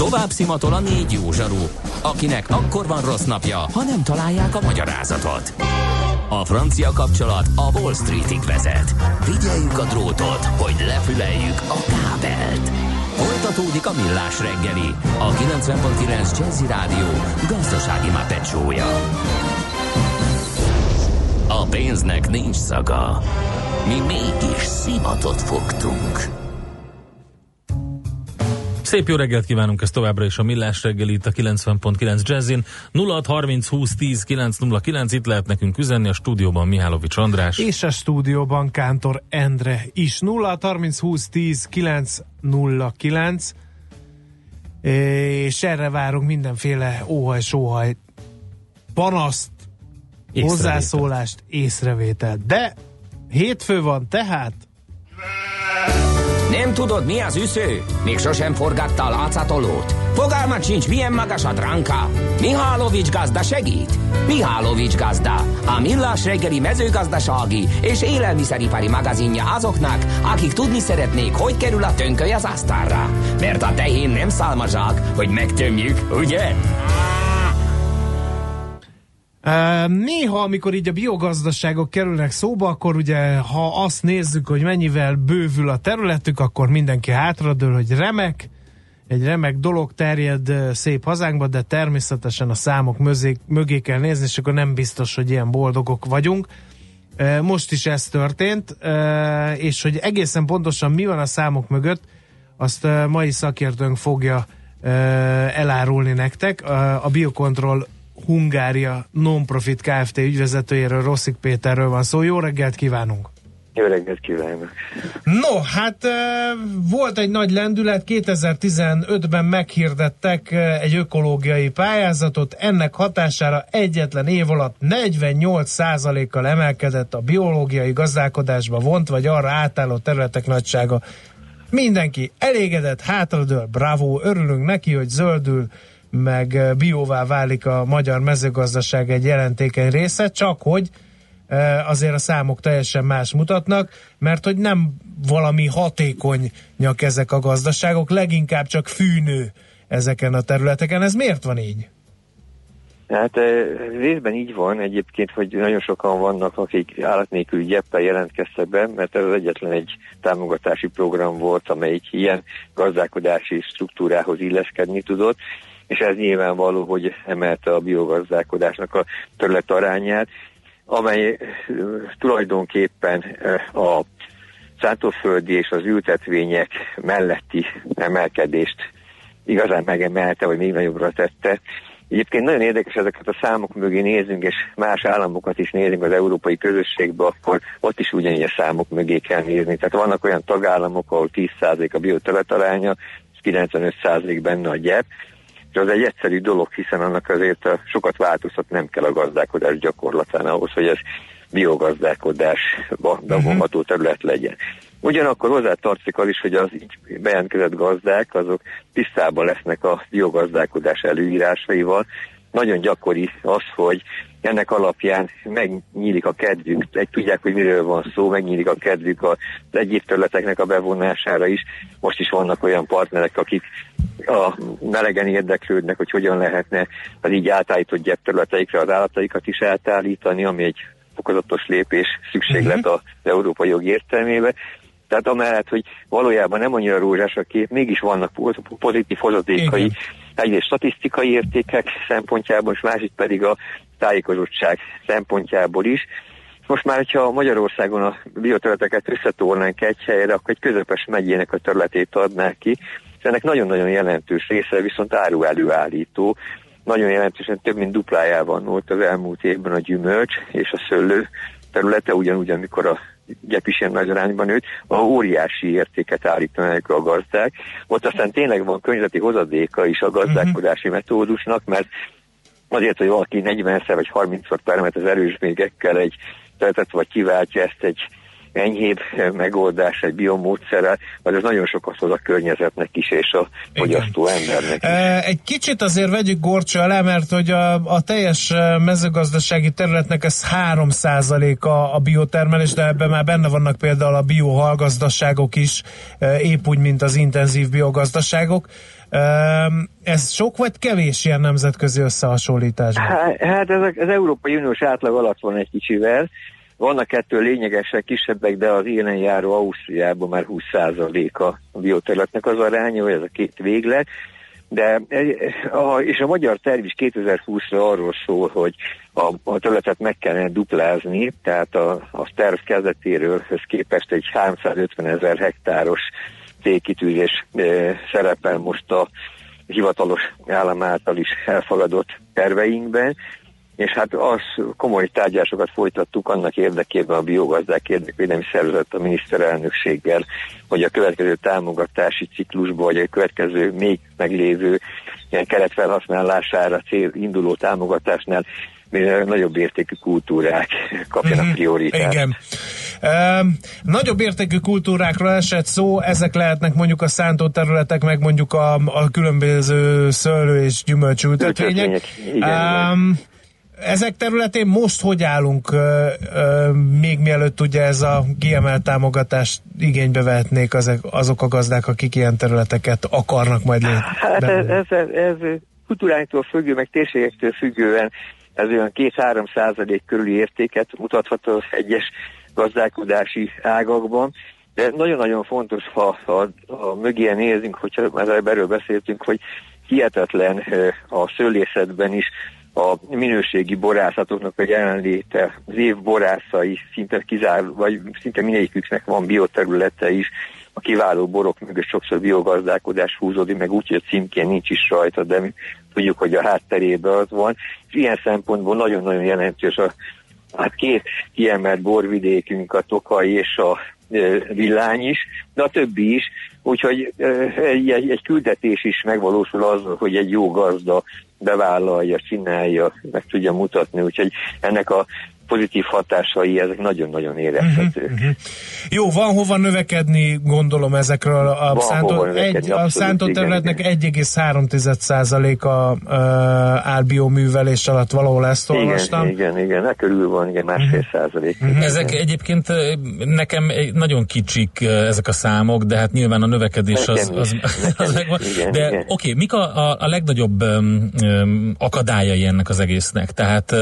Tovább szimatol a 4 jó zsaru, akinek akkor van rossz napja, ha nem találják a magyarázatot. A francia kapcsolat a Wall Streetig vezet. Figyeljük a drótot, hogy lefüleljük a kábelt. Folytatódik a Millás reggeli, a 90.9 Jazzy Rádió gazdasági mápecsója. A pénznek nincs szaga. Mi mégis szimatot fogtunk. Szép jó reggelt kívánunk, ez továbbra is a Millás reggeli itt a 90.9 Jazzin. 0630 20 10 909, itt lehet nekünk üzenni, a stúdióban Mihálovics András. És a stúdióban Kántor Endre is. 0630 20 10 909, és erre várunk mindenféle óhaj-sóhaj, panaszt, hozzászólást, észrevételt. De hétfő van, tehát... Nem tudod, mi az üsző? Még sosem forgatta a látszatolót? Fogalmat sincs, milyen magas a dránka? Mihálovics gazda segít? Mihálovics gazda, a Millás reggeli mezőgazdasági és élelmiszeripari magazinja azoknak, akik tudni szeretnék, hogy kerül a tönköly az asztalra. Mert a tehén nem szálmazsák, hogy megtömjük, ugye? Néha, amikor így a biogazdaságok kerülnek szóba, akkor ugye, ha azt nézzük, hogy mennyivel bővül a területük, akkor mindenki hátradől, hogy egy remek dolog terjed szép hazánkba, de természetesen a számok mögé kell nézni, és akkor nem biztos, hogy ilyen boldogok vagyunk. Most is ez történt, és hogy egészen pontosan mi van a számok mögött, azt mai szakértőnk fogja elárulni nektek. A Biocontrol Hungária Non-Profit Kft. Ügyvezetőjéről, Rosszik Péterről van szó. Jó reggelt kívánunk! Jó reggelt kívánok! No, hát volt egy nagy lendület, 2015-ben meghirdettek egy ökológiai pályázatot, ennek hatására egyetlen év alatt 48%-kal emelkedett a biológiai gazdálkodásba vont, vagy arra átálló területek nagysága. Mindenki elégedett, hátradől, bravo, örülünk neki, hogy zöldül, meg bióvá válik a magyar mezőgazdaság egy jelentékeny része, csak hogy azért a számok teljesen más mutatnak, mert hogy nem valami hatékonyak ezek a gazdaságok, leginkább csak fűnő ezeken a területeken. Ez miért van így? Hát részben így van egyébként, hogy nagyon sokan vannak, akik állat nélküli gyeppel jelentkeztek be, mert ez az egyetlen egy támogatási program volt, amelyik ilyen gazdálkodási struktúrához illeszkedni tudott, és ez nyilvánvaló, hogy emelte a biogazdálkodásnak a területarányát, amely tulajdonképpen a szántóföldi és az ültetvények melletti emelkedést igazán megemelte, vagy még nagyobbra tette. Egyébként nagyon érdekes, ezeket a számok mögé nézünk, és más államokat is nézünk az európai közösségbe, akkor ott is ugyanígy a számok mögé kell nézni. Tehát vannak olyan tagállamok, ahol 10% a bioterületaránya, 95% benne a gyep, és az egy egyszerű dolog, hiszen annak azért sokat változtat nem kell a gazdálkodás gyakorlatán ahhoz, hogy ez biogazdálkodásba bevonható terület legyen. Ugyanakkor hozzátartozik az is, hogy az így bejelentkezett gazdák, azok tisztában lesznek a biogazdálkodás előírásaival. Nagyon gyakori az, hogy ennek alapján megnyílik a kedvük, tudják, hogy miről van szó, megnyílik a kedvük az egyéb területeknek a bevonására is. Most is vannak olyan partnerek, akik a melegen érdeklődnek, hogy hogyan lehetne az így átállított gyepterületeikre az állataikat is átállítani, ami egy fokozatos lépés szükséglet az európai jog értelmébe. Tehát amellett, hogy valójában nem annyira rózsás a kép, mégis vannak pozitív hozadékai, egyrészt statisztikai értékek szempontjából, és másik pedig a tájékozottság szempontjából is. Most már, hogyha Magyarországon a bioterületeket összetornánk egy helyre, akkor egy közepes megyének a területét adnák ki, és ennek nagyon-nagyon jelentős része viszont áruelőállító. Nagyon jelentősen több mint duplájában volt az elmúlt évben a gyümölcs és a szőlő területe, ugyanúgy, amikor a gyep is ilyen nagy arányban nőtt, ahol óriási értéket állítanak a gazdák. Ott aztán tényleg van környezeti hozadéka is a gazdálkodási metódusnak, mert azért, hogy valaki 40-szer vagy 30-szor termet az erős mégekkel egy területet, vagy kiváltja ezt egy enyhébb megoldás egy biomódszerrel, vagy ez nagyon sokat hoz a környezetnek is, és a fogyasztó embernek is. Egy kicsit azért vegyük górcső alá, mert hogy a teljes mezőgazdasági területnek ez 3% a biotermelés, de ebben már benne vannak például a biohallgazdaságok is, épp úgy, mint az intenzív biogazdaságok. Ez sok vagy kevés ilyen nemzetközi összehasonlításban? Hát ez az Európai Uniós átlag alatt van egy kicsivel. Vannak ettől lényegesek, kisebbek, de az élen járó Ausztriában már 20% a bioterületnek az aránya, ez a két véglet. És a magyar terv is 2020-ra arról szól, hogy a területet meg kellene duplázni, tehát a terv kezdetéről képest egy 350 000 hektáros célkitűzés szerepel most a hivatalos állam által is elfogadott terveinkben, és hát komoly tárgyásokat folytattuk annak érdekében a biogazdák érdekvédelmi szervezet a miniszterelnökséggel, hogy a következő támogatási ciklusban, vagy a következő még meglévő ilyen keretfelhasználására induló támogatásnál nagyobb értékű kultúrák kapjanak prioritást. Igen. Nagyobb értékű kultúrákról esett szó, ezek lehetnek mondjuk a szántóterületek, meg mondjuk a különböző szőlő- és gyümölcsültetvények. Ezek területén most hogy állunk, még mielőtt ugye ez a GML támogatást igénybe vehetnék azok a gazdák, akik ilyen területeket akarnak majd Hát ez kultúránktól függő, meg térségektől függően ez olyan 2-3% körüli értéket mutathat az egyes gazdálkodási ágakban, de nagyon-nagyon fontos, ha mögé nézünk, hogyha már erről beszéltünk, hogy hihetetlen a szőlészetben is a minőségi borászatoknak a jelenléte, az év borászai szinte vagy szinte mindegyiküknek van bioterülete is, a kiváló borok mögött sokszor biogazdálkodás húzódik, meg úgy, hogy a címkén nincs is rajta, de mi tudjuk, hogy a hátterében az van, és ilyen szempontból nagyon-nagyon jelentős a két kiemelt borvidékünk, a Tokaj és a Villány is, de a többi is, úgyhogy egy küldetés is megvalósul azzal, hogy egy jó gazda bevállalja, csinálja, meg tudja mutatni, úgyhogy ennek a pozitív hatásai, ezek nagyon-nagyon érezhetők. Jó, van hova növekedni, gondolom ezekről. A szántóterületnek 1,3%-a áll bioművelés alatt, valahol ezt olvastam. Igen, körül van, igen, 1,5%. Ezek egyébként nekem nagyon kicsik ezek a számok, de hát nyilván a növekedés az megvan. De oké, mik a legnagyobb akadályai ennek az egésznek? Tehát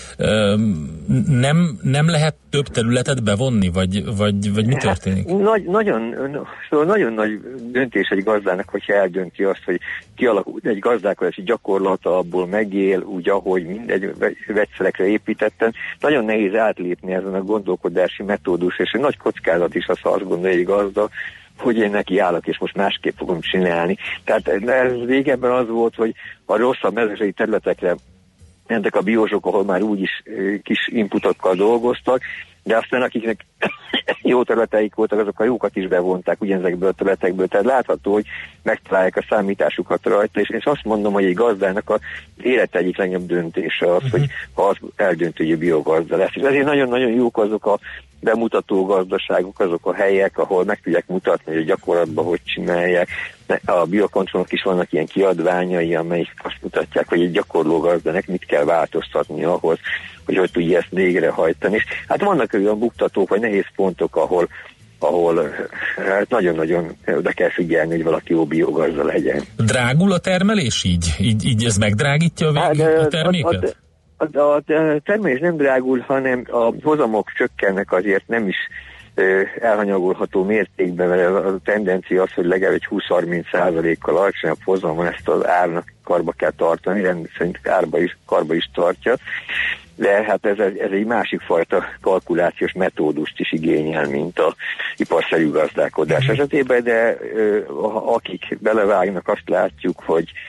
nem lehet több területet bevonni, vagy mi történik? Nagyon nagy döntés egy gazdának, hogyha eldönti azt, hogy kialakul egy gazdálkodási gyakorlata, abból megél, úgy, ahogy mindegy vegyszerekre építetten. Nagyon nehéz átlépni ezen a gondolkodási metódus, és egy nagy kockázat is azt gondolja egy gazda, hogy én neki állok, és most másképp fogom csinálni. Tehát ez régebben az volt, hogy a rosszabb mezőgazdasági területekre mentek a biósok, ahol már úgyis kis inputokkal dolgoztak, de aztán akiknek jó területeik voltak, azok a jókat is bevonták ugyanezekből a területekből. Tehát látható, hogy megtalálják a számításukat rajta, és azt mondom, hogy egy gazdának az élet egyik legnagyobb döntése az, hogy ha az eldöntő, hogy biogazda lesz. És ezért nagyon-nagyon jók azok a bemutató gazdaságok, azok a helyek, ahol meg tudják mutatni, hogy a gyakorlatban hogy csinálják. A biokontrollnak is vannak ilyen kiadványai, amelyek azt mutatják, hogy egy gyakorló gazdának mit kell változtatni ahhoz, hogy tudja ezt végrehajtani. És hát vannak olyan buktatók, vagy nehéz pontok, ahol hát nagyon-nagyon oda kell figyelni, hogy valaki jó biogazda legyen. Drágul a termelés így? Így ez megdrágítja a terméket? A termelés nem drágul, hanem a hozamok csökkennek azért nem is elhanyagolható mértékben, mert a tendencia az, hogy legalább egy 20-30%-kal alacsonyabb hozamon ezt az árnak karba kell tartani, rendszerint karba is tartja, de hát ez egy másik fajta kalkulációs metódust is igényel, mint a iparszerű gazdálkodás esetében, de akik belevágnak, azt látjuk, hogy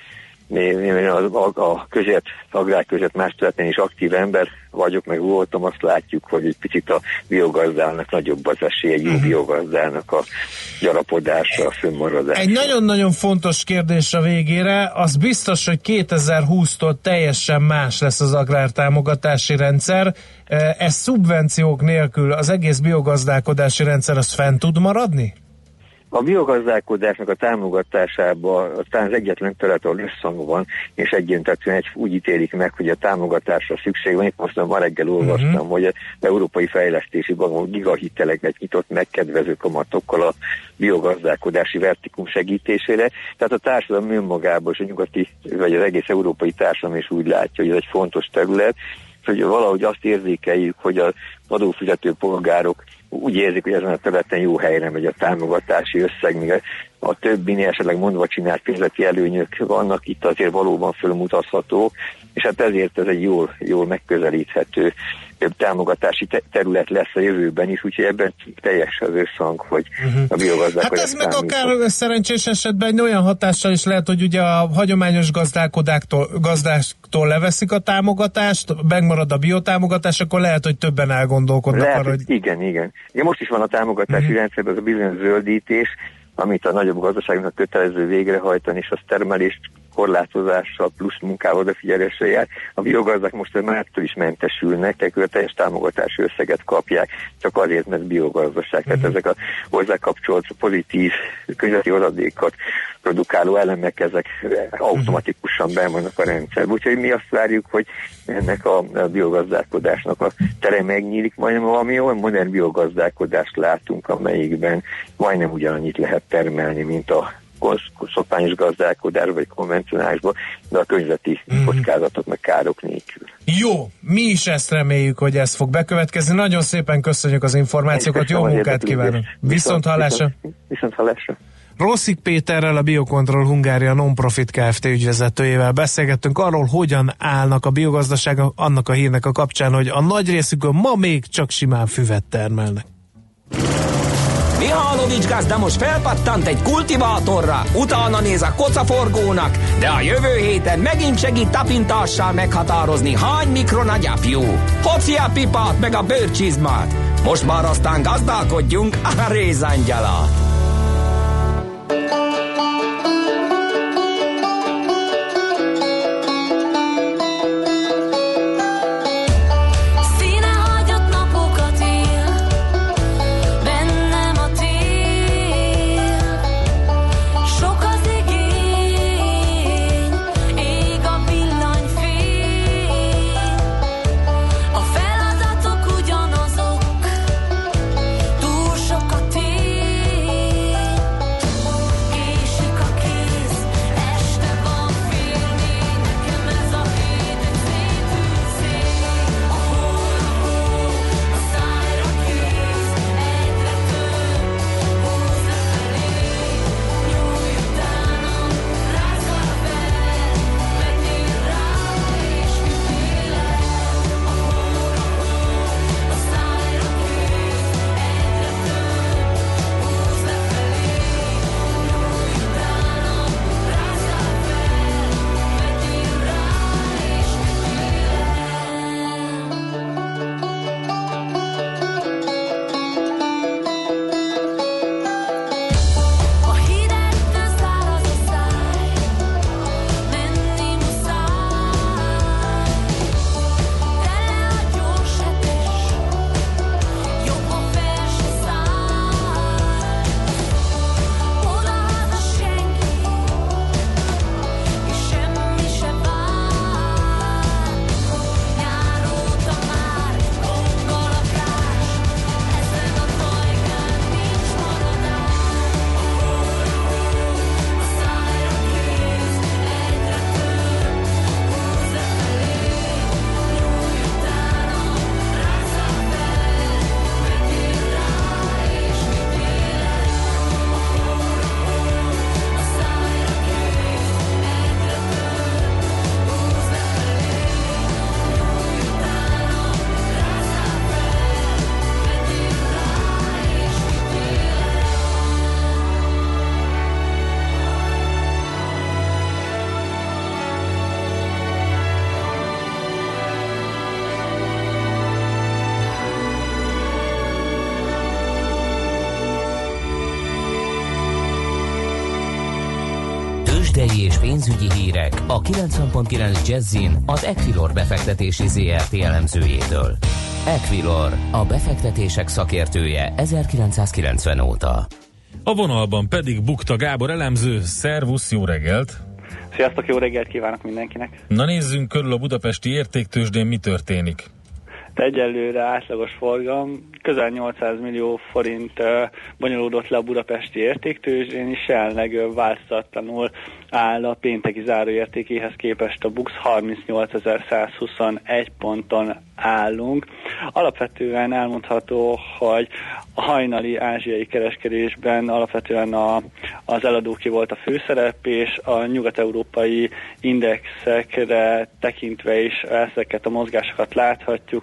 a agrár között más területen is aktív ember vagyok, meg voltam, azt látjuk, hogy egy picit a biogazdának nagyobb az esélye, egy jó biogazdának a gyarapodásra, a fönnmaradása. Egy nagyon-nagyon fontos kérdés a végére, az biztos, hogy 2020-tól teljesen más lesz az agrártámogatási rendszer. Ez szubvenciók nélkül az egész biogazdálkodási rendszer az fent tud maradni? A biogazdálkodásnak a támogatásában aztán az egyetlen terület, ahol összhang van, és egyöntetően úgy ítélik meg, hogy a támogatásra szükség van. Itt most ma reggel olvastam, hogy az Európai Fejlesztési Bank gigahiteleket nyitott meg kedvező kamatokkal a biogazdálkodási vertikum segítésére. Tehát a társadalom önmagában, és a nyugati, vagy az egész európai társadalom is úgy látja, hogy ez egy fontos terület, hogy valahogy azt érzékeljük, hogy az adófizető polgárok úgy érzik, hogy ezen a területen jó helyre megy a támogatási összeg, míg a többinél esetleg mondva csinált pénzleti előnyök vannak, itt azért valóban fölmutathatók, és hát ezért ez egy jól megközelíthető támogatási terület lesz a jövőben is, úgyhogy ebben teljes az összhang, hogy a biogazdálkodás. Hát ez meg akár szerencsés esetben egy olyan hatással is lehet, hogy ugye a hagyományos gazdáktól leveszik a támogatást, megmarad a biotámogatás, akkor lehet, hogy többen elgondolkodnak arra, hogy... Igen. Igen, most is van a támogatási rendszerben az a bizonyos zöldítés, amit a nagyobb gazdaságnak kötelező végrehajtani, és az termelést korlátozással plusz munkával odafigyelésre jár. A biogazdák most már ettől is mentesülnek, tehát a teljes támogatási összeget kapják, csak azért, mert biogazdaság. Tehát ezek a hozzá kapcsolt pozitív környezeti hozadékot produkáló elemek, ezek automatikusan bevannak a rendszerbe. Úgyhogy mi azt várjuk, hogy ennek a biogazdálkodásnak a tere megnyílik, majdnem valami olyan modern biogazdálkodást látunk, amelyikben majdnem ugyanannyit lehet termelni, mint a szokványos gazdálkodás vagy konvencionálisban, de a környezeti kockázatok meg károk nélkül. Jó, mi is ezt reméljük, hogy ez fog bekövetkezni. Nagyon szépen köszönjük az információkat, jó munkát kívánok! Viszont hallásra! Rosszik Péterrel, a Biocontrol Hungária Non-Profit Kft. Ügyvezetőjével beszélgettünk arról, hogyan állnak a biogazdaságok annak a hírnek a kapcsán, hogy a nagy részükön ma még csak simán füvet termelnek. Mihálovics gazda most felpattant egy kultivátorra, utána néz a kocaforgónak, de a jövő héten megint segít tapintással meghatározni, hány mikron a gyapjú. Hoci a pipát meg a bőrcsizmát. Most már aztán gazdálkodjunk a rézangyalat. Feladatok ugyanazok, túl sok a tél. pénzügyi hírek a 90.9 Jazzin az Equilor befektetési ZRT elemzőjétől. Equilor, a befektetések szakértője 1990 óta. A vonalban pedig Bukta Gábor elemző. Szervusz, jó reggelt! Sziasztok, jó reggelt kívánok mindenkinek! Na nézzünk körül a budapesti értéktőzsdén, mi történik? Egyelőre átlagos forgalom, közel 800 millió forint bonyolódott le a budapesti értéktőzsdén, és jelenleg változatlanul áll a pénteki záróértékéhez képest a BUX 38.121 ponton állunk. Alapvetően elmondható, hogy a hajnali ázsiai kereskedésben alapvetően az eladóké volt a főszerep, és a nyugat-európai indexekre tekintve is ezeket a mozgásokat láthatjuk.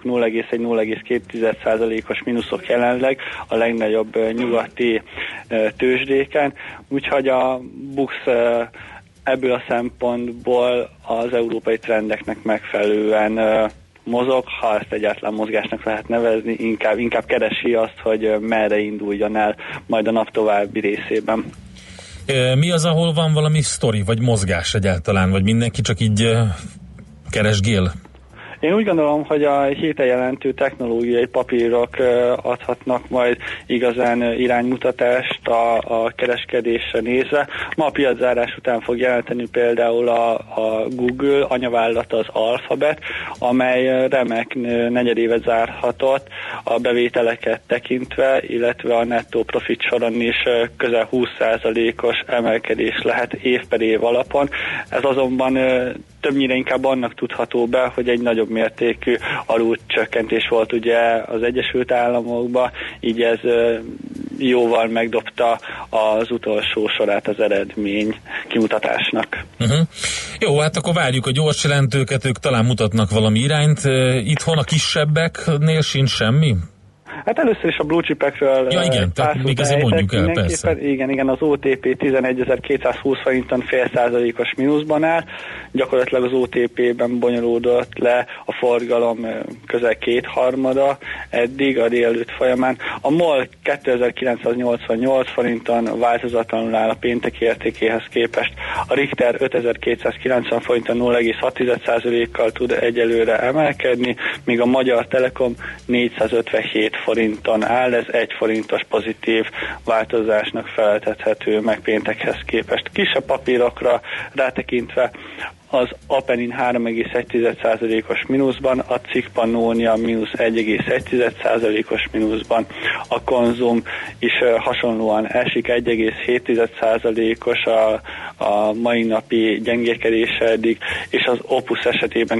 0,1-0,2%-os mínuszok jelenleg a legnagyobb nyugati tőzsdéken, úgyhogy a BUX ebből a szempontból az európai trendeknek megfelelően mozog, ha ezt egyáltalán mozgásnak lehet nevezni, inkább keresi azt, hogy merre induljon el majd a nap további részében. Mi az, ahol van valami sztori, vagy mozgás egyáltalán, vagy mindenki csak így keresgél? Én úgy gondolom, hogy a héten jelentő technológiai papírok adhatnak majd igazán iránymutatást a kereskedésre nézve. Ma a piaczárás után fog jelenteni például a Google, anyavállalata az Alphabet, amely remek negyedévet zárhatott a bevételeket tekintve, illetve a nettó profit soron is közel 20%-os emelkedés lehet év per év alapon. Ez azonban többnyire inkább annak tudható be, hogy egy nagyobb mértékű alulcsökkentés volt ugye az Egyesült Államokban, így ez jóval megdobta az utolsó sorát az eredmény kimutatásnak. Jó, hát akkor várjuk a gyors jelentőket, ők talán mutatnak valami irányt. Itthon a kisebbeknél sincs semmi? Hát először is a blue chipekről még azért mondjuk el, persze. Igen, az OTP 11.220 forinton 0,5%-os mínuszban áll, gyakorlatilag az OTP-ben bonyolódott le a forgalom közel 2/3 eddig a délelőtt folyamán. A MOL 2988 forinton változatlanul áll a pénteki értékéhez képest. A Richter 5290 forinton 0,6%-kal tud egyelőre emelkedni, míg a Magyar Telekom 457 forinton áll, ez 1 forintos pozitív változásnak feltethető meg péntekhez képest. Kisebb papírokra rátekintve az Apenin 3,1%-os mínuszban, a Cikk Pannónia mínusz 1,1%-os mínuszban, a Konzum is hasonlóan esik, 1,7%-os a mai napi gyengékedése eddig, és az Opus esetében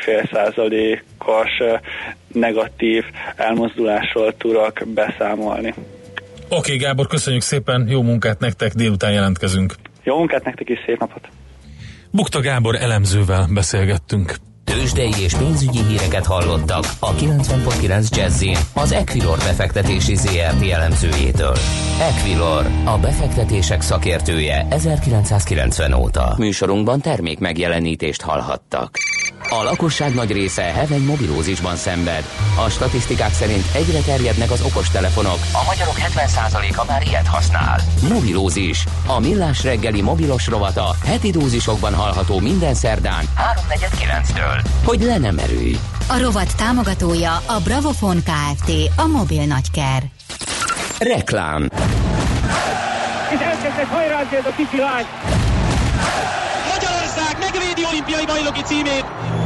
2,5%-os negatív elmozdulásról tudok beszámolni. Oké, Gábor, köszönjük szépen, jó munkát nektek, délután jelentkezünk. Jó munkát nektek is, szép napot! Bukta Gábor elemzővel beszélgettünk. Tőzsdei és pénzügyi híreket hallottak a 90.9 Jazzin az Equilor befektetési ZRT elemzőjétől. Equilor, a befektetések szakértője 1990 óta. Műsorunkban termék megjelenítést hallhattak. A lakosság nagy része heveny mobilózisban szenved. A statisztikák szerint egyre terjednek az okostelefonok, a magyarok 70%-a már ilyet használ. Mobilózis, a Millás reggeli mobilos rovata heti dózisokban hallható minden szerdán 3:49-től. Hogy le nem erőj. A rovat támogatója a Bravofon Kft. A mobil nagyker. Reklám. És elkezdett hajrálni ez a kicsi lány. Magyarország megvédi olimpiai bajnoki címét.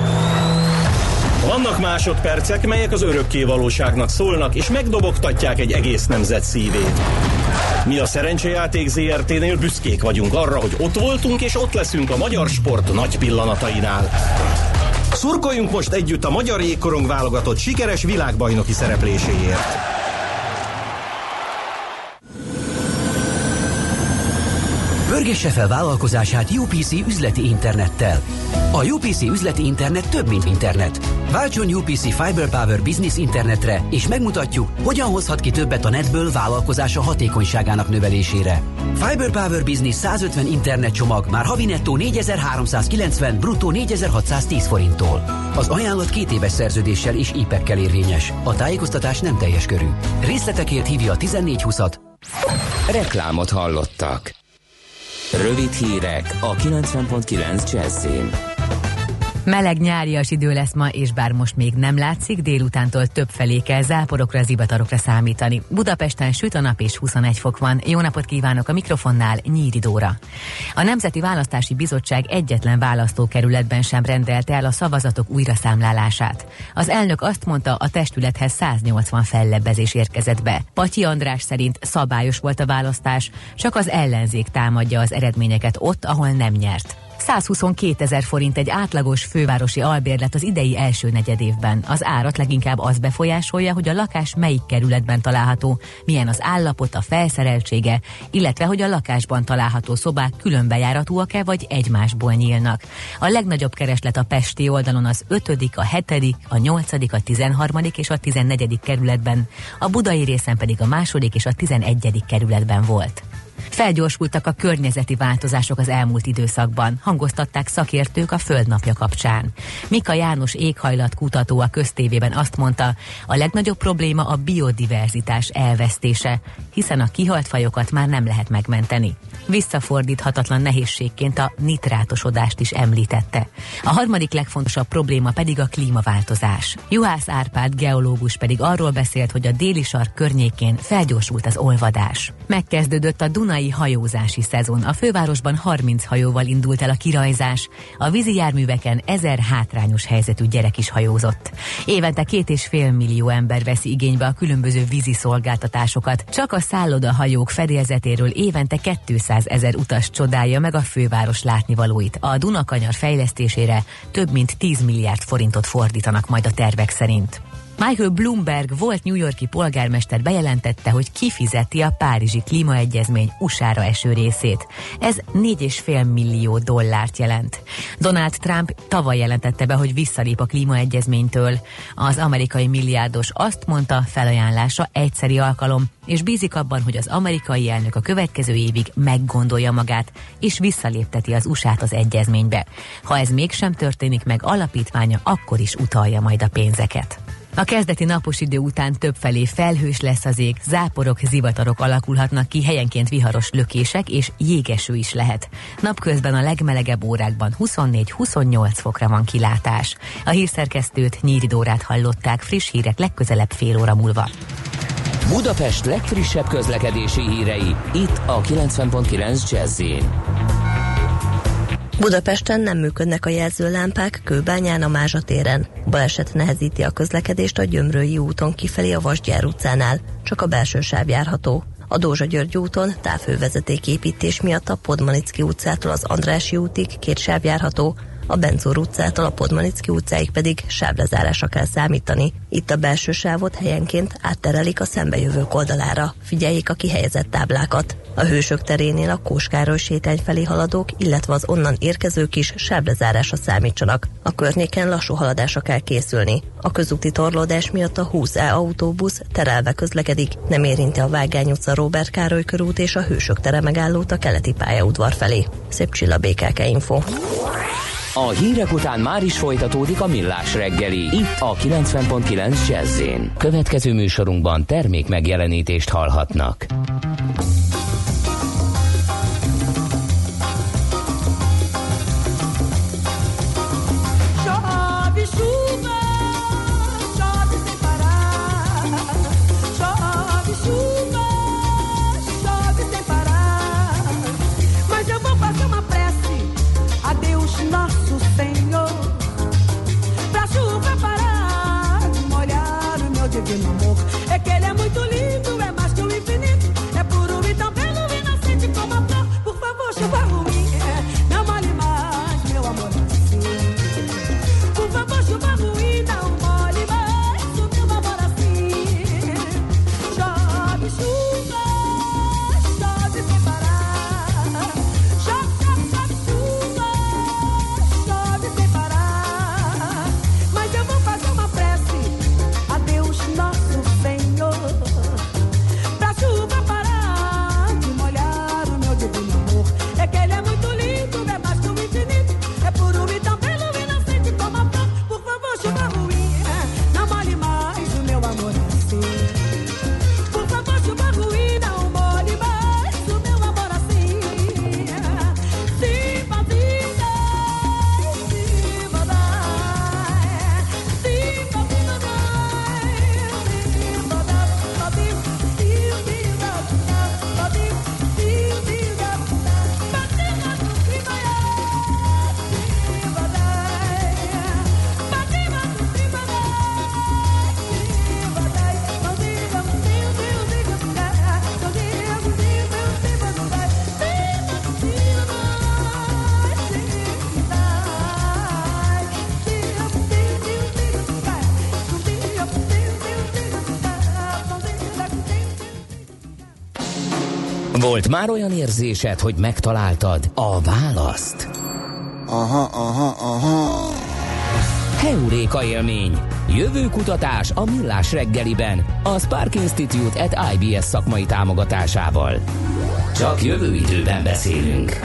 Vannak másodpercek, melyek az örökké valóságnak szólnak, és megdobogtatják egy egész nemzet szívét. Mi a Szerencsejáték ZRT-nél büszkék vagyunk arra, hogy ott voltunk, és ott leszünk a magyar sport nagy pillanatainál. Szurkoljunk most együtt a magyar jégkorong válogatott sikeres világbajnoki szerepléséért. Pörgesse fel vállalkozását UPC üzleti internettel. A UPC üzleti internet több, mint internet. Váltson UPC Fiber Power Business internetre, és megmutatjuk, hogyan hozhat ki többet a netből vállalkozása hatékonyságának növelésére. Fiber Power Business 150 internet csomag már havi nettó 4390, bruttó 4610 forinttól. Az ajánlat 2 éves szerződéssel és IPEK-kel érvényes. A tájékoztatás nem teljes körű. Részletekért hívja a 1420-at. Reklámot hallottak. Rövid hírek a 90.9 Jazzyn. Meleg nyárias idő lesz ma, és bár most még nem látszik, délutántól többfelé kell záporokra, zivatarokra számítani. Budapesten süt a nap és 21 fok van. Jó napot kívánok, a mikrofonnál Nyíri Dóra. A Nemzeti Választási Bizottság egyetlen választókerületben sem rendelte el a szavazatok újraszámlálását. Az elnök azt mondta, a testülethez 180 fellebbezés érkezett be. Patyi András szerint szabályos volt a választás, csak az ellenzék támadja az eredményeket ott, ahol nem nyert. 122 000 forint egy átlagos fővárosi albérlet az idei első negyedévben. Az árat leginkább az befolyásolja, hogy a lakás melyik kerületben található, milyen az állapot, a felszereltsége, illetve hogy a lakásban található szobák külön bejáratúak-e vagy egymásból nyílnak. A legnagyobb kereslet a pesti oldalon az 5., a 7., a 8., a 13. és a 14. kerületben, a budai részen pedig a 2. és a 11. kerületben volt. Felgyorsultak a környezeti változások az elmúlt időszakban, hangoztatták szakértők a Földnapja kapcsán. Mika János éghajlatkutató a Köztévében azt mondta, a legnagyobb probléma a biodiverzitás elvesztése, hiszen a kihalt fajokat már nem lehet megmenteni. Visszafordíthatatlan nehézségként a nitrátosodást is említette. A harmadik legfontosabb probléma pedig a klímaváltozás. Juhász Árpád geológus pedig arról beszélt, hogy a déli sark környékén felgyorsult az olvadás. Megkezdődött a dunai hajózási szezon. A fővárosban 30 hajóval indult el a kirajzás. A vízi járműveken 1000 hátrányos helyzetű gyerek is hajózott. Évente 2,5 millió ember veszi igénybe a különböző vízi szolgáltatásokat. Csak a szállodahajók fedélzetéről évente 200 000 utas csodálja meg a főváros látnivalóit. A Dunakanyar fejlesztésére több mint 10 milliárd forintot fordítanak majd a tervek szerint. Michael Bloomberg volt New York-i polgármester bejelentette, hogy kifizeti a Párizsi Klímaegyezmény USA-ra eső részét. Ez $4,5 millió jelent. Donald Trump tavaly jelentette be, hogy visszalép a klímaegyezménytől. Az amerikai milliárdos azt mondta, felajánlása egyszeri alkalom, és bízik abban, hogy az amerikai elnök a következő évig meggondolja magát, és visszalépteti az USA-t az egyezménybe. Ha ez mégsem történik meg, alapítványa akkor is utalja majd a pénzeket. A kezdeti napos idő után többfelé felhős lesz az ég, záporok, zivatarok alakulhatnak ki, helyenként viharos lökések és jégeső is lehet. Napközben a legmelegebb órákban 24-28 fokra van kilátás. A hírszerkesztőt, Nyíri Dórát hallották, friss hírek legközelebb fél óra múlva. Budapest legfrissebb közlekedési hírei, itt a 90.9 Jazzyn. Budapesten nem működnek a jelzőlámpák Kőbányán a Mázsa téren. Baleset nehezíti a közlekedést a Gyömrői úton kifelé a Vasgyár utcánál, csak a belső sáv járható. A Dózsa-György úton távhővezetéképítés miatt a Podmanicki utcától az Andrássy útig 2 sáv járható, a Benzór utcától a Podmanicki utcáig pedig sávlezárásra kell számítani. Itt a belső sávot helyenként átterelik a szembejövők oldalára. Figyeljék a kihelyezett táblákat. A Hősök terénél a Kós Károly sétány felé haladók, illetve az onnan érkezők is sávlezárásra számítsanak. A környéken lassú haladásra kell készülni. A közúti torlódás miatt a 20E autóbusz terelve közlekedik, nem érinti a Vágány utca, Róbert Károly körút és a Hősök tere megállót a keleti pályaudvar felé. Szép Csilla, BKK Info. A hírek után már is folytatódik a Millás reggeli, itt a 90.9 Jazzyn. Következő műsorunkban termék megjelenítést hallhatnak. Volt már olyan érzésed, hogy megtaláltad a választ? Aha. Heuréka élmény. Jövőkutatás a Millás reggeliben, a Spark Institute at IBS szakmai támogatásával. Csak jövő időben beszélünk.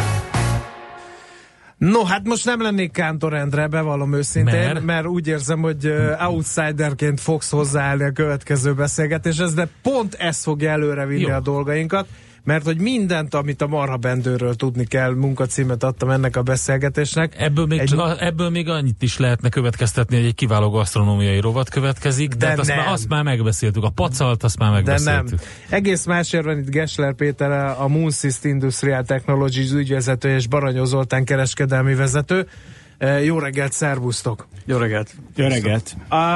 No, hát most nem lennék Kántor Endre, bevallom őszintén, mert úgy érzem, hogy outsiderként fogsz hozzáállni a következő beszélgetéshez, de pont ez fogja előrevinni a dolgainkat, mert hogy mindent, amit a Marha Bendőről tudni kell, munkacímet adtam ennek a beszélgetésnek. Ebből még annyit is lehetne következtetni, hogy egy kiváló gasztronómiai rovat következik, de azt már megbeszéltük. A pacalt, azt már megbeszéltük. De nem. Egész másért van itt Gessler Péter, a Moonsys Industrial Technologies ügyvezető és Baranyó Zoltán kereskedelmi vezető. Jó reggelt, szervusztok! Jó reggelt! Jó reggelt!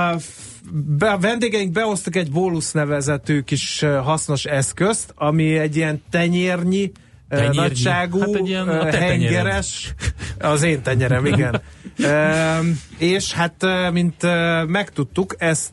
A vendégeink behoztak egy Bolus nevezetű kis hasznos eszközt, ami egy ilyen tenyérnyi nagyságú, hát egy ilyen, hengeres, az én tenyerem, igen. És hát, mint megtudtuk, ezt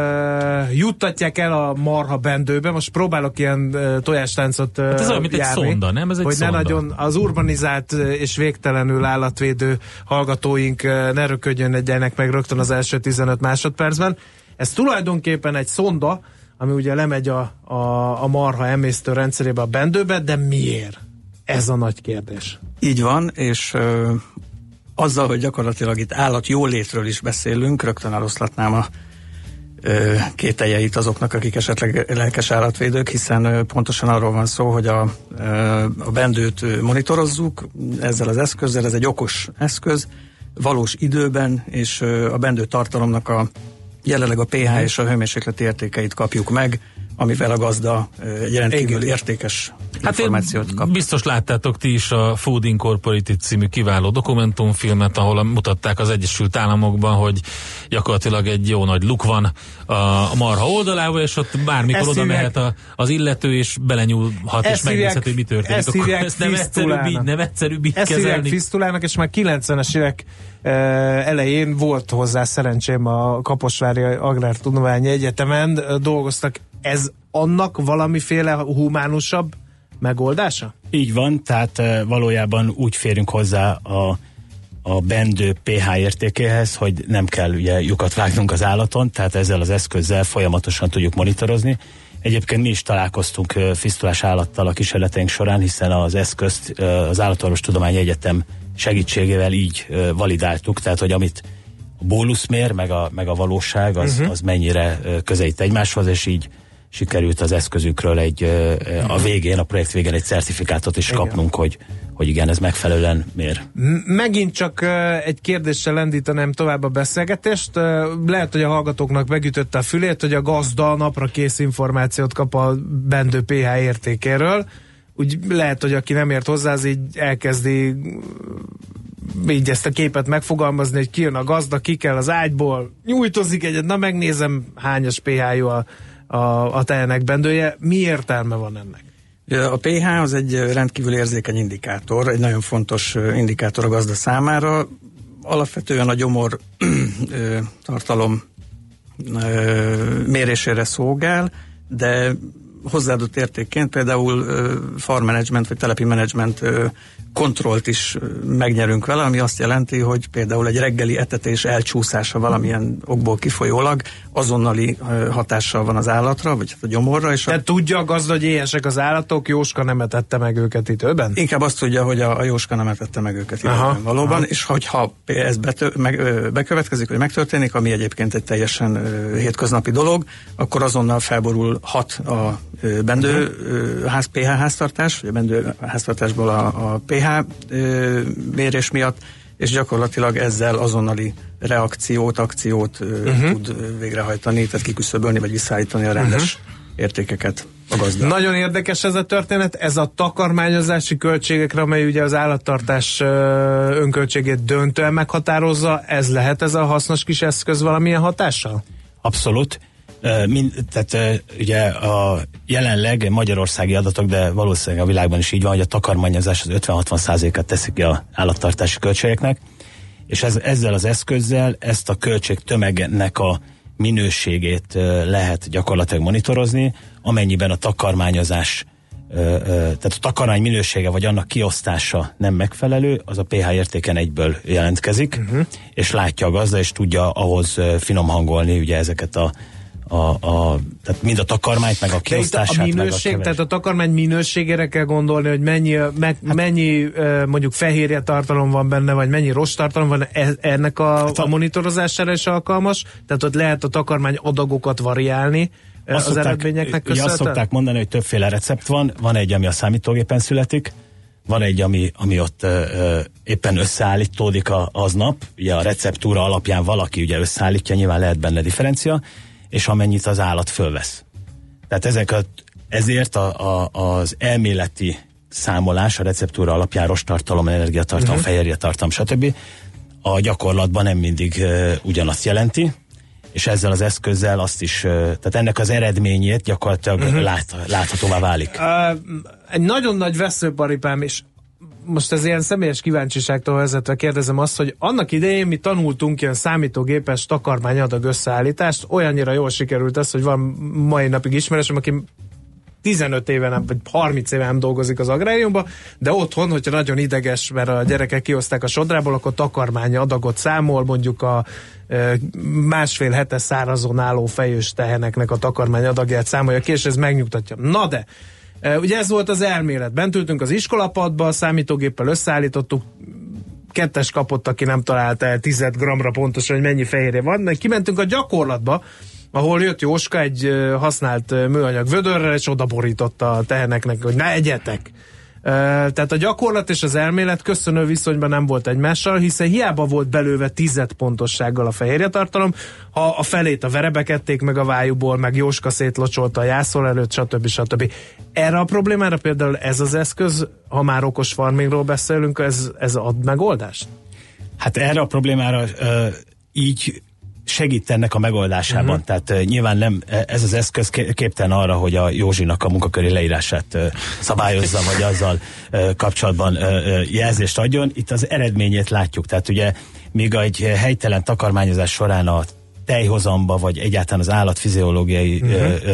juttatják el a Marha Bendőbe. Most próbálok ilyen tojástáncot hát ez olyan, mint egy szonda, nem? Ez egy hogy szonda. Ne nagyon az urbanizált és végtelenül állatvédő hallgatóink ne röködjenek meg rögtön az első 15 másodpercben. Ez tulajdonképpen egy szonda, ami ugye lemegy a marha emésztő rendszerébe, a bendőbe, de miért? Ez a nagy kérdés. Így van, és azzal, hogy gyakorlatilag itt állat jólétről is beszélünk, rögtön eloszlatnám a kételjeit azoknak, akik esetleg lelkes állatvédők, hiszen pontosan arról van szó, hogy a bendőt monitorozzuk ezzel az eszközzel, ez egy okos eszköz, valós időben, és a bendő tartalomnak jelenleg a pH és a hőmérsékleti értékeit kapjuk meg, amivel a gazda egy rendkívül értékes információt kap. Biztos láttátok ti is a Food Incorporated című kiváló dokumentumfilmet, ahol mutatták az Egyesült Államokban, hogy gyakorlatilag egy jó nagy luk van a marha oldalával, és ott bármikor oda mehet az illető, és belenyúlhat, és megnézhet, hogy mi történik. Ezt nem egyszerűbb így kezelni. Ezt fisztulának, és már 90-es évek elején volt hozzá szerencsém a Kaposvári Agrártudományi Egyetemen dolgoztak. Ez annak valamiféle humánusabb megoldása? Így van, tehát valójában úgy férünk hozzá a bendő pH értékéhez, hogy nem kell ugye lyukat vágnunk az állaton, tehát ezzel az eszközzel folyamatosan tudjuk monitorozni. Egyébként mi is találkoztunk fisztulás állattal a kísérleteink során, hiszen az eszközt az Állatorvostudományi Egyetem segítségével így validáltuk, tehát hogy amit a bólusz mér, meg a valóság, az mennyire közelít egymáshoz, és így sikerült az eszközükről a projekt végén egy certifikátot is kapnunk, hogy igen, ez megfelelően mér. Megint csak egy kérdéssel lendítenem tovább a beszélgetést. Lehet, hogy a hallgatóknak megütötte a fülét, hogy a gazda napra kész információt kap a bendő pH értékéről. Úgy lehet, hogy aki nem ért hozzá, az így elkezdi így ezt a képet megfogalmazni, hogy kijön a gazda, ki kell az ágyból, nyújtozik egyet, na megnézem hányas pH-jú a tejenek bendője. Mi értelme van ennek? A pH az egy rendkívül érzékeny indikátor, egy nagyon fontos indikátor a gazda számára. Alapvetően a gyomor tartalom mérésére szolgál, de hozzáadott értékként például farm management vagy telepi management kontrollt is megnyerünk vele, ami azt jelenti, hogy például egy reggeli etetés elcsúszása valamilyen okból kifolyólag azonnali hatással van az állatra, vagy a gyomorra. És de tudja a gazda, hogy éhesek az állatok, Jóska nem etette meg őket időben? Inkább azt tudja, hogy a Jóska nem etette meg őket időben valóban, és hogyha ez bekövetkezik, vagy megtörténik, ami egyébként egy teljesen hétköznapi dolog, akkor azonnal felborulhat a bendő pH háztartás, vagy a bendő háztartásból a pH mérés miatt, és gyakorlatilag ezzel azonnali akciót tud végrehajtani, tehát kiküszöbölni, vagy visszaállítani a rendes értékeket a gazda. Nagyon érdekes ez a történet, ez a takarmányozási költségekre, amely ugye az állattartás önköltségét döntően meghatározza, ez lehet ez a hasznos kis eszköz valamilyen hatással? Abszolút. Tehát ugye a jelenleg magyarországi adatok, de valószínűleg a világban is így van, hogy a takarmányozás az 50-60%-át teszik ki az állattartási költségeknek, és ezzel az eszközzel ezt a költségtömegnek a minőségét lehet gyakorlatilag monitorozni, amennyiben a takarmányozás tehát a takarmány minősége vagy annak kiosztása nem megfelelő, az a pH értéken egyből jelentkezik, és látja a gazda, és tudja ahhoz finom hangolni ugye ezeket tehát mind a takarmányt, meg a kiosztását, a minőség, tehát a takarmány minőségére kell gondolni, hogy mennyi mondjuk fehérje tartalom van benne, vagy mennyi rost tartalom van, ennek a monitorozására is alkalmas, tehát ott lehet a takarmány adagokat variálni az eredményeknek köszönhetően? Azt szokták mondani, hogy többféle recept van egy, ami a számítógépen születik, van egy, ami ott éppen összeállítódik aznap, ugye a receptúra alapján valaki ugye összeállítja, nyilván lehet benne differencia, és amennyit az állat fölvesz. Tehát ezért az elméleti számolás, a receptúra alapján rosttartalom, energiatartalom, fehérjetartalom, stb. A gyakorlatban nem mindig ugyanazt jelenti, és ezzel az eszközzel azt is, tehát ennek az eredményét gyakorlatilag láthatóvá válik. Egy nagyon nagy veszőparipám, és most ez ilyen személyes kíváncsiságtól vezetve kérdezem azt, hogy annak idején mi tanultunk ilyen számítógépes takarmányadag összeállítást, olyannyira jól sikerült ez, hogy van mai napig ismerősöm, aki 15 éve nem, vagy 30 éve nem dolgozik az agráriumban, de otthon, hogyha nagyon ideges, mert a gyerekek kihozták a sodrából, akkor takarmány adagot számol, mondjuk a másfél hete szárazon álló fejős teheneknek a takarmány adagját számolja ki, és ez megnyugtatja. Na de, ugye ez volt az elmélet. Bent ültünk az iskolapadba, a számítógéppel összeállítottuk, 2-es kapott, aki nem találta el 10 g-ra pontosan, hogy mennyi fehérje van, de kimentünk a gyakorlatba, ahol jött Jóska egy használt műanyag vödörrel, és oda borította a teheneknek, hogy ne egyetek. Tehát a gyakorlat és az elmélet köszönő viszonyban nem volt egymással, hiszen hiába volt belőve 10 pontossággal a fehérjetartalom, ha a felét a verebek ették meg a vájúból, meg Jóska szétlocsolta a jászol előtt, stb. Erre a problémára például ez az eszköz, ha már okos farmingról beszélünk, ez ad megoldást? Hát erre a problémára így segít ennek a megoldásában. Tehát nyilván nem, ez az eszköz képtelen arra, hogy a Józsinak a munkaköri leírását szabályozza, vagy azzal kapcsolatban jelzést adjon. Itt az eredményét látjuk. Tehát ugye míg egy helytelen takarmányozás során a tejhozamba, vagy egyáltalán az állatfiziológiai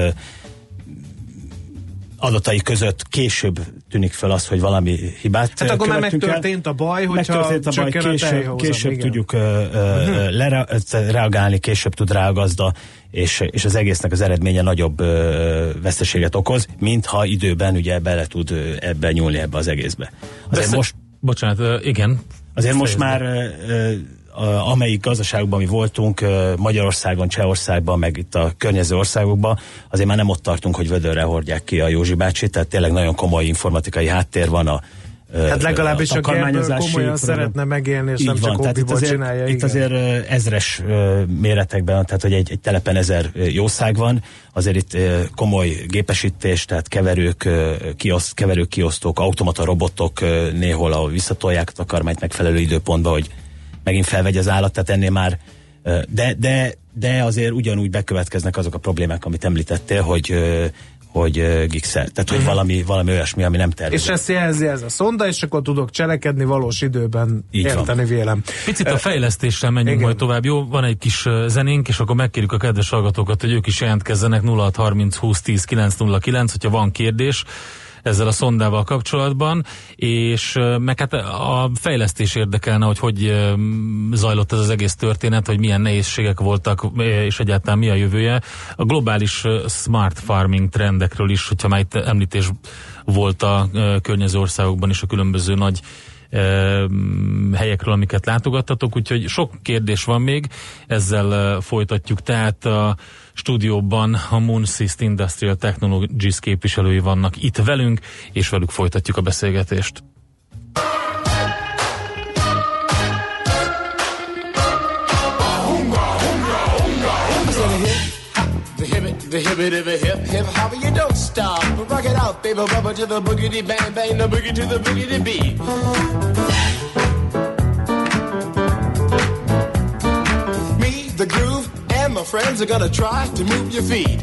adatai között később tűnik fel az, hogy valami hibát hát akkor már megtörtént a baj, hogyha később tudjuk reagálni, később tud rá a gazda, és az egésznek az eredménye nagyobb veszteséget okoz, mintha időben ugye bele tud ebbe nyúlni ebbe az egészbe. Bocsánat, igen. Azért most már amelyik gazdaságban mi voltunk, Magyarországon, Csehországban, meg itt a környező országokban, azért már nem ott tartunk, hogy vödörre hordják ki a Józsi bácsit, tehát tényleg nagyon komoly informatikai háttér van hát legalábbis a takarmányozási komolyan szeretne megélni, és nem csak hobbiból csinálja. Itt azért ezres méretekben, tehát hogy egy telepen 1000 jószág van, azért itt komoly gépesítés, tehát keverők, kiosztók, automata robotok néhol, ahol visszatolják a takarmányt megfelelő időpontba, hogy megint felvegye az állat, tehát ennél már, de azért ugyanúgy bekövetkeznek azok a problémák, amit említettél, hogy gigszel, tehát hogy valami olyasmi, ami nem tervezett. És ezt jelzi ez a szonda, és akkor tudok cselekedni valós időben, így érteni vélem. Picit a fejlesztéssel menjünk majd tovább. Jó, van egy kis zenénk, és akkor megkérjük a kedves hallgatókat, hogy ők is jelentkezzenek 0630 20 10 909, hogyha van kérdés ezzel a szondával kapcsolatban, és meg hát a fejlesztés érdekelne, hogy zajlott ez az egész történet, hogy milyen nehézségek voltak, és egyáltalán mi a jövője. A globális smart farming trendekről is, hogyha már itt említés volt a környező országokban is a különböző nagy helyekről, amiket látogattatok, úgyhogy sok kérdés van még, ezzel folytatjuk. Tehát a stúdióban a Moonsys Industrial Technologies képviselői vannak itt velünk, és velük folytatjuk a beszélgetést. The hippity the hip hip hop, you don't stop. Rock it out, baby, rubber to the boogity bang bang, the boogie to the boogity beat. Me, the groove, and my friends are gonna try to move your feet.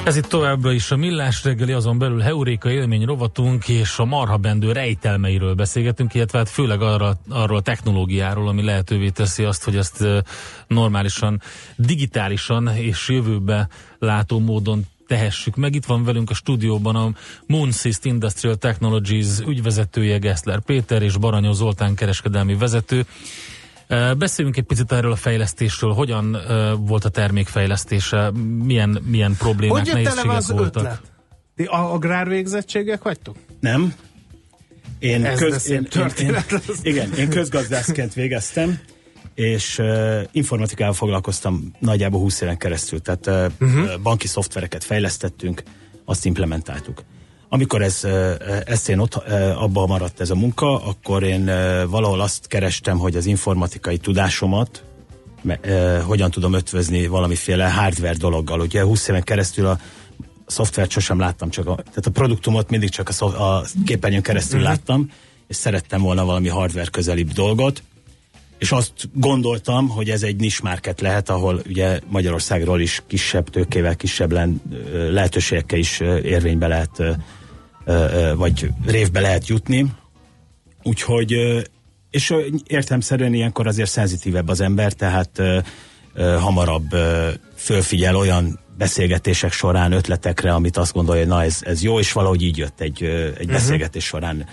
Ez itt továbbra is a Millás reggeli, azon belül Heuréka élmény rovatunk, és a marhabendő rejtelmeiről beszélgetünk, illetve hát főleg arról a technológiáról, ami lehetővé teszi azt, hogy ezt normálisan, digitálisan és jövőbe látó módon tehessük meg. Itt van velünk a stúdióban a Moonsys Industrial Technologies ügyvezetője Gessler Péter és Baranyó Zoltán kereskedelmi vezető. Beszéljünk egy picit erről a fejlesztésről, hogyan volt a termékfejlesztése, milyen problémák, nehézségek voltak. Ötlet? Ti agrárvégzettségek vagytok? Nem. Én közgazdászként végeztem, és informatikával foglalkoztam nagyjából 20 éven keresztül, tehát banki szoftvereket fejlesztettünk, azt implementáltuk. Amikor abban maradt ez a munka, akkor én valahol azt kerestem, hogy az informatikai tudásomat hogyan tudom ötvözni valamiféle hardware dologgal. Ugye 20 éven keresztül a szoftvert sosem láttam, tehát a produktumot mindig csak a képernyőn keresztül láttam, és szerettem volna valami hardware közelibb dolgot, és azt gondoltam, hogy ez egy niche market lehet, ahol ugye Magyarországról is kisebb tőkével, kisebb lehetőségekkel is érvénybe lehet vagy révbe lehet jutni. Úgyhogy, és értelemszerűen ilyenkor azért szenzitívebb az ember, tehát hamarabb fölfigyel olyan beszélgetések során ötletekre, amit azt gondolja, hogy na ez jó, és valahogy így jött egy beszélgetés során.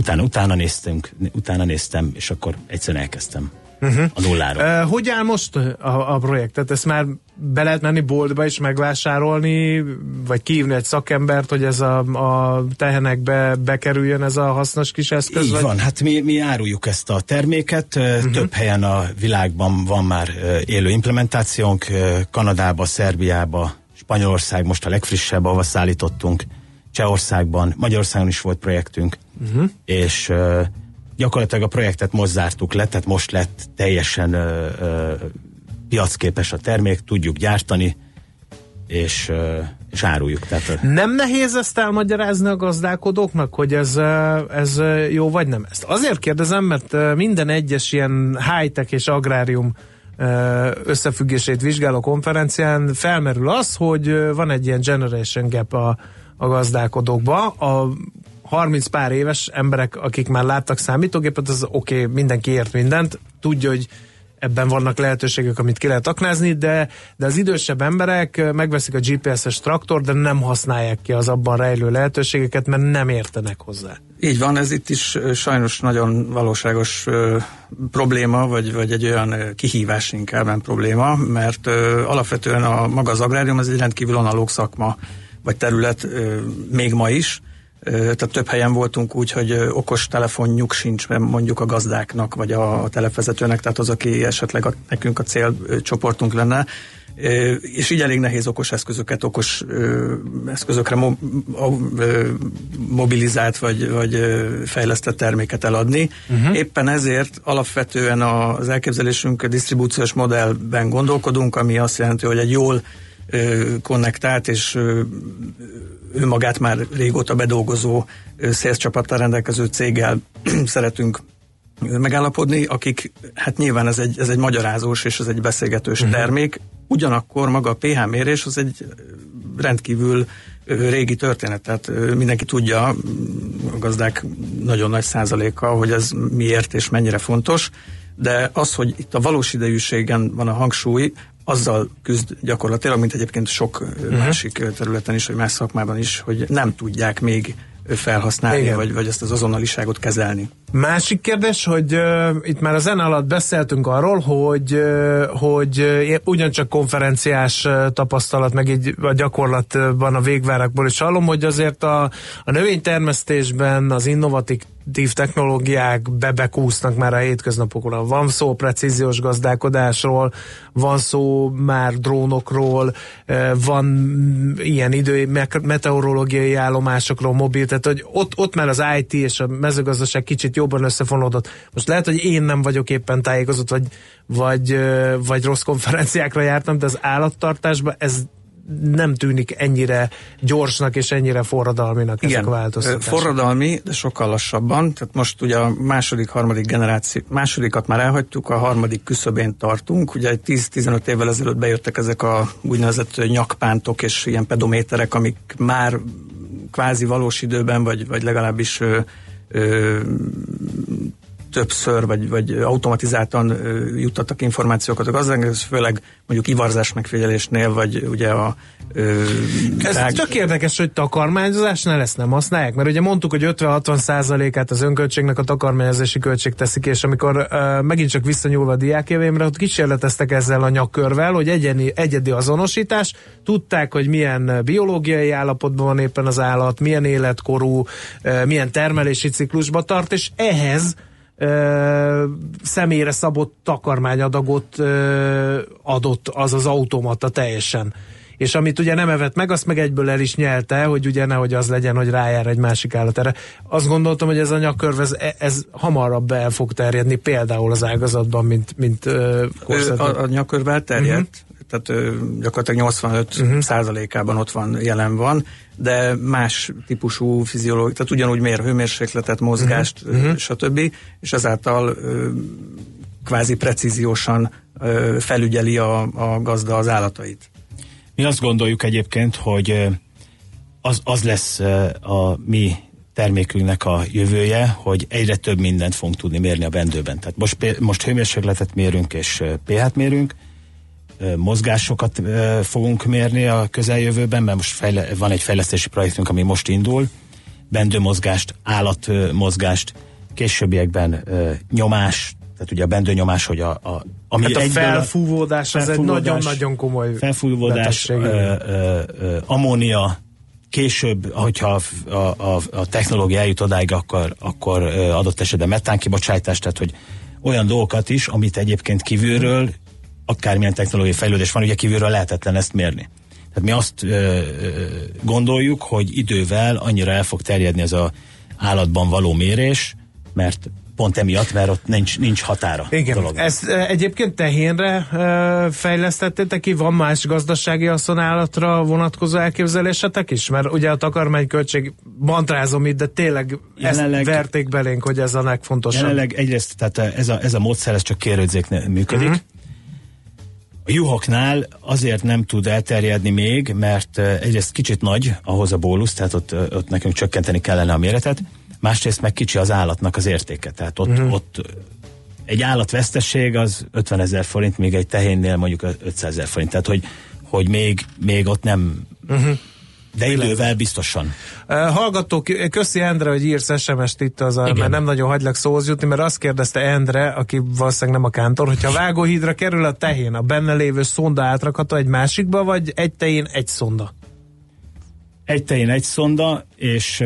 Utána néztem, és akkor egyszerűen elkezdtem a nulláról. Hogy áll most a projekt? Tehát ezt már be lehet menni boltba is megvásárolni, vagy kihívni egy szakembert, hogy ez a tehenekbe bekerüljön ez a hasznos kis eszköz? Így van, hát mi áruljuk ezt a terméket, több helyen a világban van már élő implementációnk, Kanadába, Szerbiába, Spanyolország most a legfrissebb, ahova szállítottunk, Csehországban, Magyarországon is volt projektünk, és gyakorlatilag a projektet most zártuk le, tehát most lett teljesen piacképes a termék, tudjuk gyártani, és áruljuk. Tehát, nem nehéz ezt elmagyarázni a gazdálkodóknak, hogy ez jó vagy nem? Ezt azért kérdezem, mert minden egyes ilyen high-tech és agrárium összefüggését vizsgáló konferencián felmerül az, hogy van egy ilyen generation gap a gazdálkodókba. A 30 pár éves emberek, akik már láttak számítógépet, az oké, mindenki ért mindent, tudja, hogy ebben vannak lehetőségek, amit ki lehet aknázni, de az idősebb emberek megveszik a GPS-es traktor, de nem használják ki az abban rejlő lehetőségeket, mert nem értenek hozzá. Így van, ez itt is sajnos nagyon valóságos probléma, vagy egy olyan kihívás inkább, nem probléma, mert alapvetően maga az agrárium az egy rendkívül analóg szakma, vagy terület még ma is. Tehát több helyen voltunk úgy, hogy okos telefonjuk sincs mondjuk a gazdáknak, vagy a telepvezetőnek, tehát az, aki esetleg nekünk a célcsoportunk lenne, és így elég nehéz okos eszközökre mobilizált, vagy fejlesztett terméket eladni. Éppen ezért alapvetően az elképzelésünk a disztribúciós modellben gondolkodunk, ami azt jelenti, hogy egy jól konnektált és önmagát már régóta bedolgozó sales csapattal rendelkező céggel szeretünk megállapodni, akik, hát nyilván ez egy magyarázós és ez egy beszélgetős termék, ugyanakkor maga a pH mérés az egy rendkívül régi történet, tehát mindenki tudja, a gazdák nagyon nagy százaléka, hogy ez miért és mennyire fontos, de az, hogy itt a valós idejűségen van a hangsúly, azzal küzd gyakorlatilag, mint egyébként sok másik területen is, vagy más szakmában is, hogy nem tudják még felhasználni, vagy ezt az azonnaliságot kezelni. Másik kérdés, hogy itt már a zene alatt beszéltünk arról, hogy ugyancsak konferenciás tapasztalat, meg így a gyakorlatban a végvárakból is hallom, hogy azért a növénytermesztésben az innovatív technológiák bekúsznak már a hétköznapokra. Van szó precíziós gazdálkodásról, van szó már drónokról, van ilyen meteorológiai állomásokról, mobil, tehát hogy ott már az IT és a mezőgazdaság kicsit jobban összefonódott. Most lehet, hogy én nem vagyok éppen tájékozott, vagy rossz konferenciákra jártam, de az állattartásban ez nem tűnik ennyire gyorsnak és ennyire forradalminak ezek a változtatások. Forradalmi, de sokkal lassabban. Tehát most ugye a harmadik generáció, másodikat már elhagytuk, a harmadik küszöbén tartunk. Ugye 10-15 évvel ezelőtt bejöttek ezek a úgynevezett nyakpántok és ilyen pedométerek, amik már kvázi valós időben, vagy legalábbis többször, vagy automatizáltan juttattak információkat a gazdáknak, ez főleg mondjuk ivarzás megfigyelésnél, vagy ugye ez csak érdekes, hogy takarmányozásnál ezt nem használják, mert ugye mondtuk, hogy 50-60%-át az önköltségnek a takarmányozási költség teszik, és amikor megint csak visszanyúlva a diákévémre, ott kísérleteztek ezzel a nyakkörvel, hogy egyedi azonosítás, tudták, hogy milyen biológiai állapotban van éppen az állat, milyen életkorú, milyen termelési ciklusba tart, és ehhez személyre szabott takarmányadagot adott az az automata teljesen. És amit ugye nem evett meg, azt meg egyből el is nyelte, hogy ugye nehogy az legyen, hogy rájár egy másik állat erre. Azt gondoltam, hogy ez a nyakkörv, ez hamarabb el fog terjedni, például az ágazatban, mint a nyakkörv elterjedt, tehát gyakorlatilag 85%-ában ott van, jelen van, de más típusú fiziológia, tehát ugyanúgy mér hőmérsékletet, mozgást, stb. És ezáltal kvázi precíziósan felügyeli a gazda az állatait. Mi azt gondoljuk egyébként, hogy az lesz a mi termékünknek a jövője, hogy egyre több mindent fogunk tudni mérni a bendőben. Tehát most hőmérsékletet mérünk és pH-t mérünk, mozgásokat fogunk mérni a közeljövőben, mert most van egy fejlesztési projektünk, ami most indul, bendőmozgást, állatmozgást, későbbiekben nyomás, tehát ugye a bendőnyomás, hogy ami hát a felfúvódás, az egy nagyon-nagyon komoly felfúvódás, ammónia, később, hogyha a technológia eljut odáig, akkor adott esetben metánkibocsátás, tehát hogy olyan dolgokat is, amit egyébként kívülről, akármilyen technológiai fejlődés van, ugye kívülről lehetetlen ezt mérni. Tehát mi azt gondoljuk, hogy idővel annyira el fog terjedni ez az állatban való mérés, mert pont emiatt, mert ott nincs határa. Igen, ezt egyébként tehénre fejlesztettétek ki? Van más gazdasági haszonálatra vonatkozó elképzelésetek is? Mert ugye a takarmányköltség, mantrázom itt, de tényleg jelenleg, ezt verték belénk, hogy ez a legfontosabb. Jelenleg egyrészt, tehát ez a módszer, ez csak kérődzéknél működik. A juhoknál azért nem tud elterjedni még, mert egyrészt kicsit nagy ahhoz a bólusz, tehát ott nekünk csökkenteni kellene a méretet, másrészt meg kicsi az állatnak az értéke. Tehát ott egy állatvesztesség az 50 000 forint, még egy tehénnél mondjuk 500 000 forint. Tehát, hogy még ott nem... De idővel biztosan. Hallgatók, köszi Endre, hogy írsz SMS-t itt, mert nem nagyon hagylak szóhoz jutni, mert azt kérdezte Endre, aki valószínűleg nem a kántor, hogyha vágóhídra kerül a tehén, a benne lévő szonda átrakható egy másikba, vagy egy tehén egy szonda? Egy tehén egy szonda, és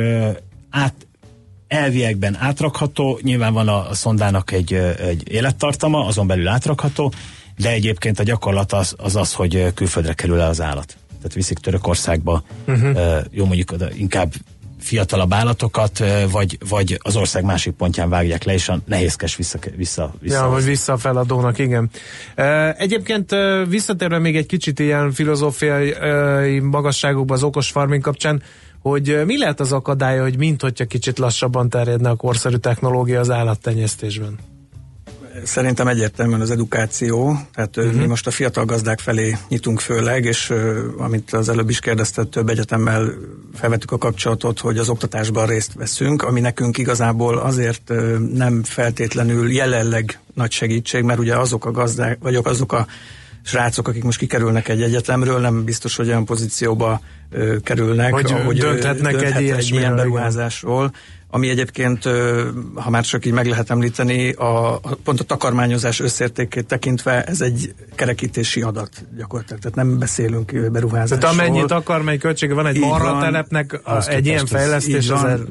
elviekben átrakható, nyilván van a szondának egy élettartama, azon belül átrakható, de egyébként a gyakorlat az, hogy külföldre kerül el az állat. Tehát viszik Törökországba, jó mondjuk inkább fiatalabb állatokat, vagy az ország másik pontján vágják le, és a nehézkes vissza. Ja, vagy vissza a feladónak, igen. Egyébként visszatérve még egy kicsit ilyen filozófiai magasságokba az okos farming kapcsán, hogy mi lehet az akadálya, hogy minthogyha kicsit lassabban terjedne a korszerű technológia az állattenyésztésben? Szerintem egyértelműen az edukáció, tehát mi most a fiatal gazdák felé nyitunk főleg, és amit az előbb is kérdezte, több egyetemmel felvettük a kapcsolatot, hogy az oktatásban részt veszünk, ami nekünk igazából azért nem feltétlenül jelenleg nagy segítség, mert ugye azok a gazdák, vagy azok a srácok, akik most kikerülnek egy egyetemről, nem biztos, hogy olyan pozícióba kerülnek, hogy dönthetnek egy ilyen beruházásról, ami egyébként, ha már csak így meg lehet említeni, pont a takarmányozás összértékét tekintve ez egy kerekítési adat gyakorlatilag, tehát nem beszélünk beruházásról. Tehát amennyi takarmányköltsége van egy marhatelepnek, egy ilyen fejlesztés,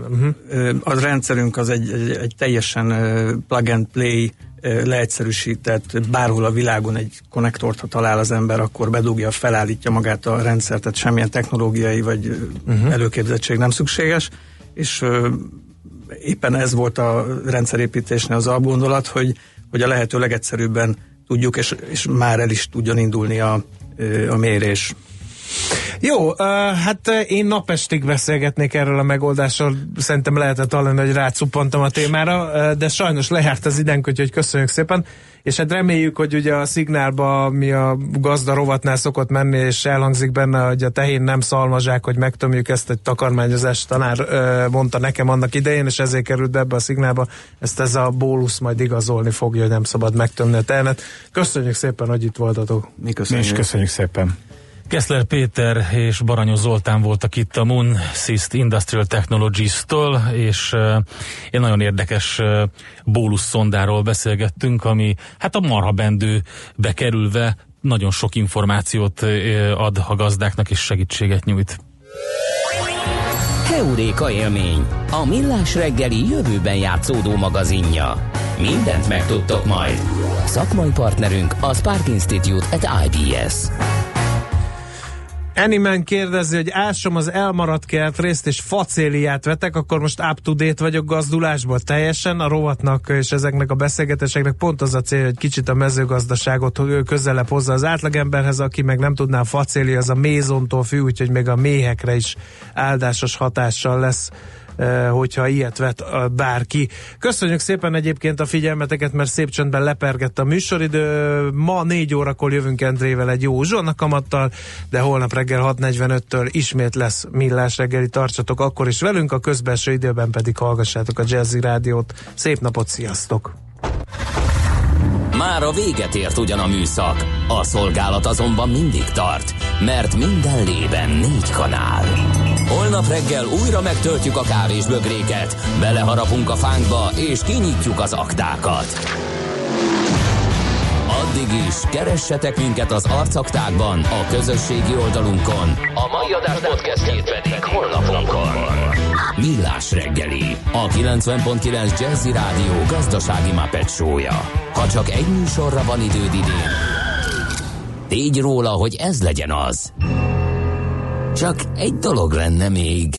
a rendszerünk az egy teljesen plug and play, leegyszerűsített, bárhol a világon egy konnektort, ha talál az ember, akkor bedugja, felállítja magát a rendszert, tehát semmilyen technológiai vagy előképzettség nem szükséges, és éppen ez volt a rendszerépítésnél az alapgondolat, hogy a lehető legegyszerűbben tudjuk, és már el is tudjon indulni a mérés. Jó, hát én napestig beszélgetnék erről a megoldásról, szerintem lehetett hallani, hogy rácuppantam a témára, de sajnos lejárt az időnk, úgyhogy köszönjük szépen, és hát reméljük, hogy ugye a szignálba, mi a gazda rovatnál szokott menni, és elhangzik benne, hogy a tehén nem szalmazsák, hogy megtömjük, ezt egy takarmányozás tanár mondta nekem annak idején, és ezért került be ebbe a szignálba, ezt ez a bólusz majd igazolni fogja, hogy nem szabad megtömni a tehenet. Köszönjük szépen, hogy itt voltatok. Mi is köszönjük szépen. Keszler Péter és Baranyos Zoltán voltak itt a Moon Syst Industrial Technologies-től, és egy nagyon érdekes bóluszszondáról beszélgettünk, ami hát a marhabendőbe kerülve nagyon sok információt ad a gazdáknak és segítséget nyújt. Heuréka élmény, a Millás reggeli jövőben játszódó magazinja. Mindent megtudtok majd. Szakmai partnerünk a Spark Institute at IBS. Anyman kérdezi, hogy ásom az elmaradt kertrészt és facéliát vetek, akkor most up-to-date vagyok gazdulásból teljesen. A rovatnak és ezeknek a beszélgetéseknek pont az a cél, hogy kicsit a mezőgazdaságot közelebb hozza az átlagemberhez, aki meg nem tudná, a facélia az a mézontól függ, úgyhogy még a méhekre is áldásos hatással lesz, hogyha ilyet vet bárki. Köszönjük szépen egyébként a figyelmeteket, mert szép csöndben lepergett a műsoridő. Ma 4 órakor jövünk Endrével egy jó uzsonnakamattal, de holnap reggel 6:45-től ismét lesz Millás reggeli, tartsatok akkor is velünk, a közbelső időben pedig hallgassátok a Jazzy Rádiót. Szép napot, sziasztok! Már a véget ért ugyan a műszak, a szolgálat azonban mindig tart, mert minden lében 4 kanál. Holnap reggel újra megtöltjük a kávésbögréket, beleharapunk a fánkba és kinyitjuk az aktákat. Addig is keressetek minket az arcaktákban, a közösségi oldalunkon. A mai adás podcastjét pedig honlapunkon. Millás reggeli, a 90.9 Jazzy Rádió gazdasági Muppet show-ja. Ha csak egy műsorra van időd idén, tégy róla, hogy ez legyen az. Csak egy dolog lenne még.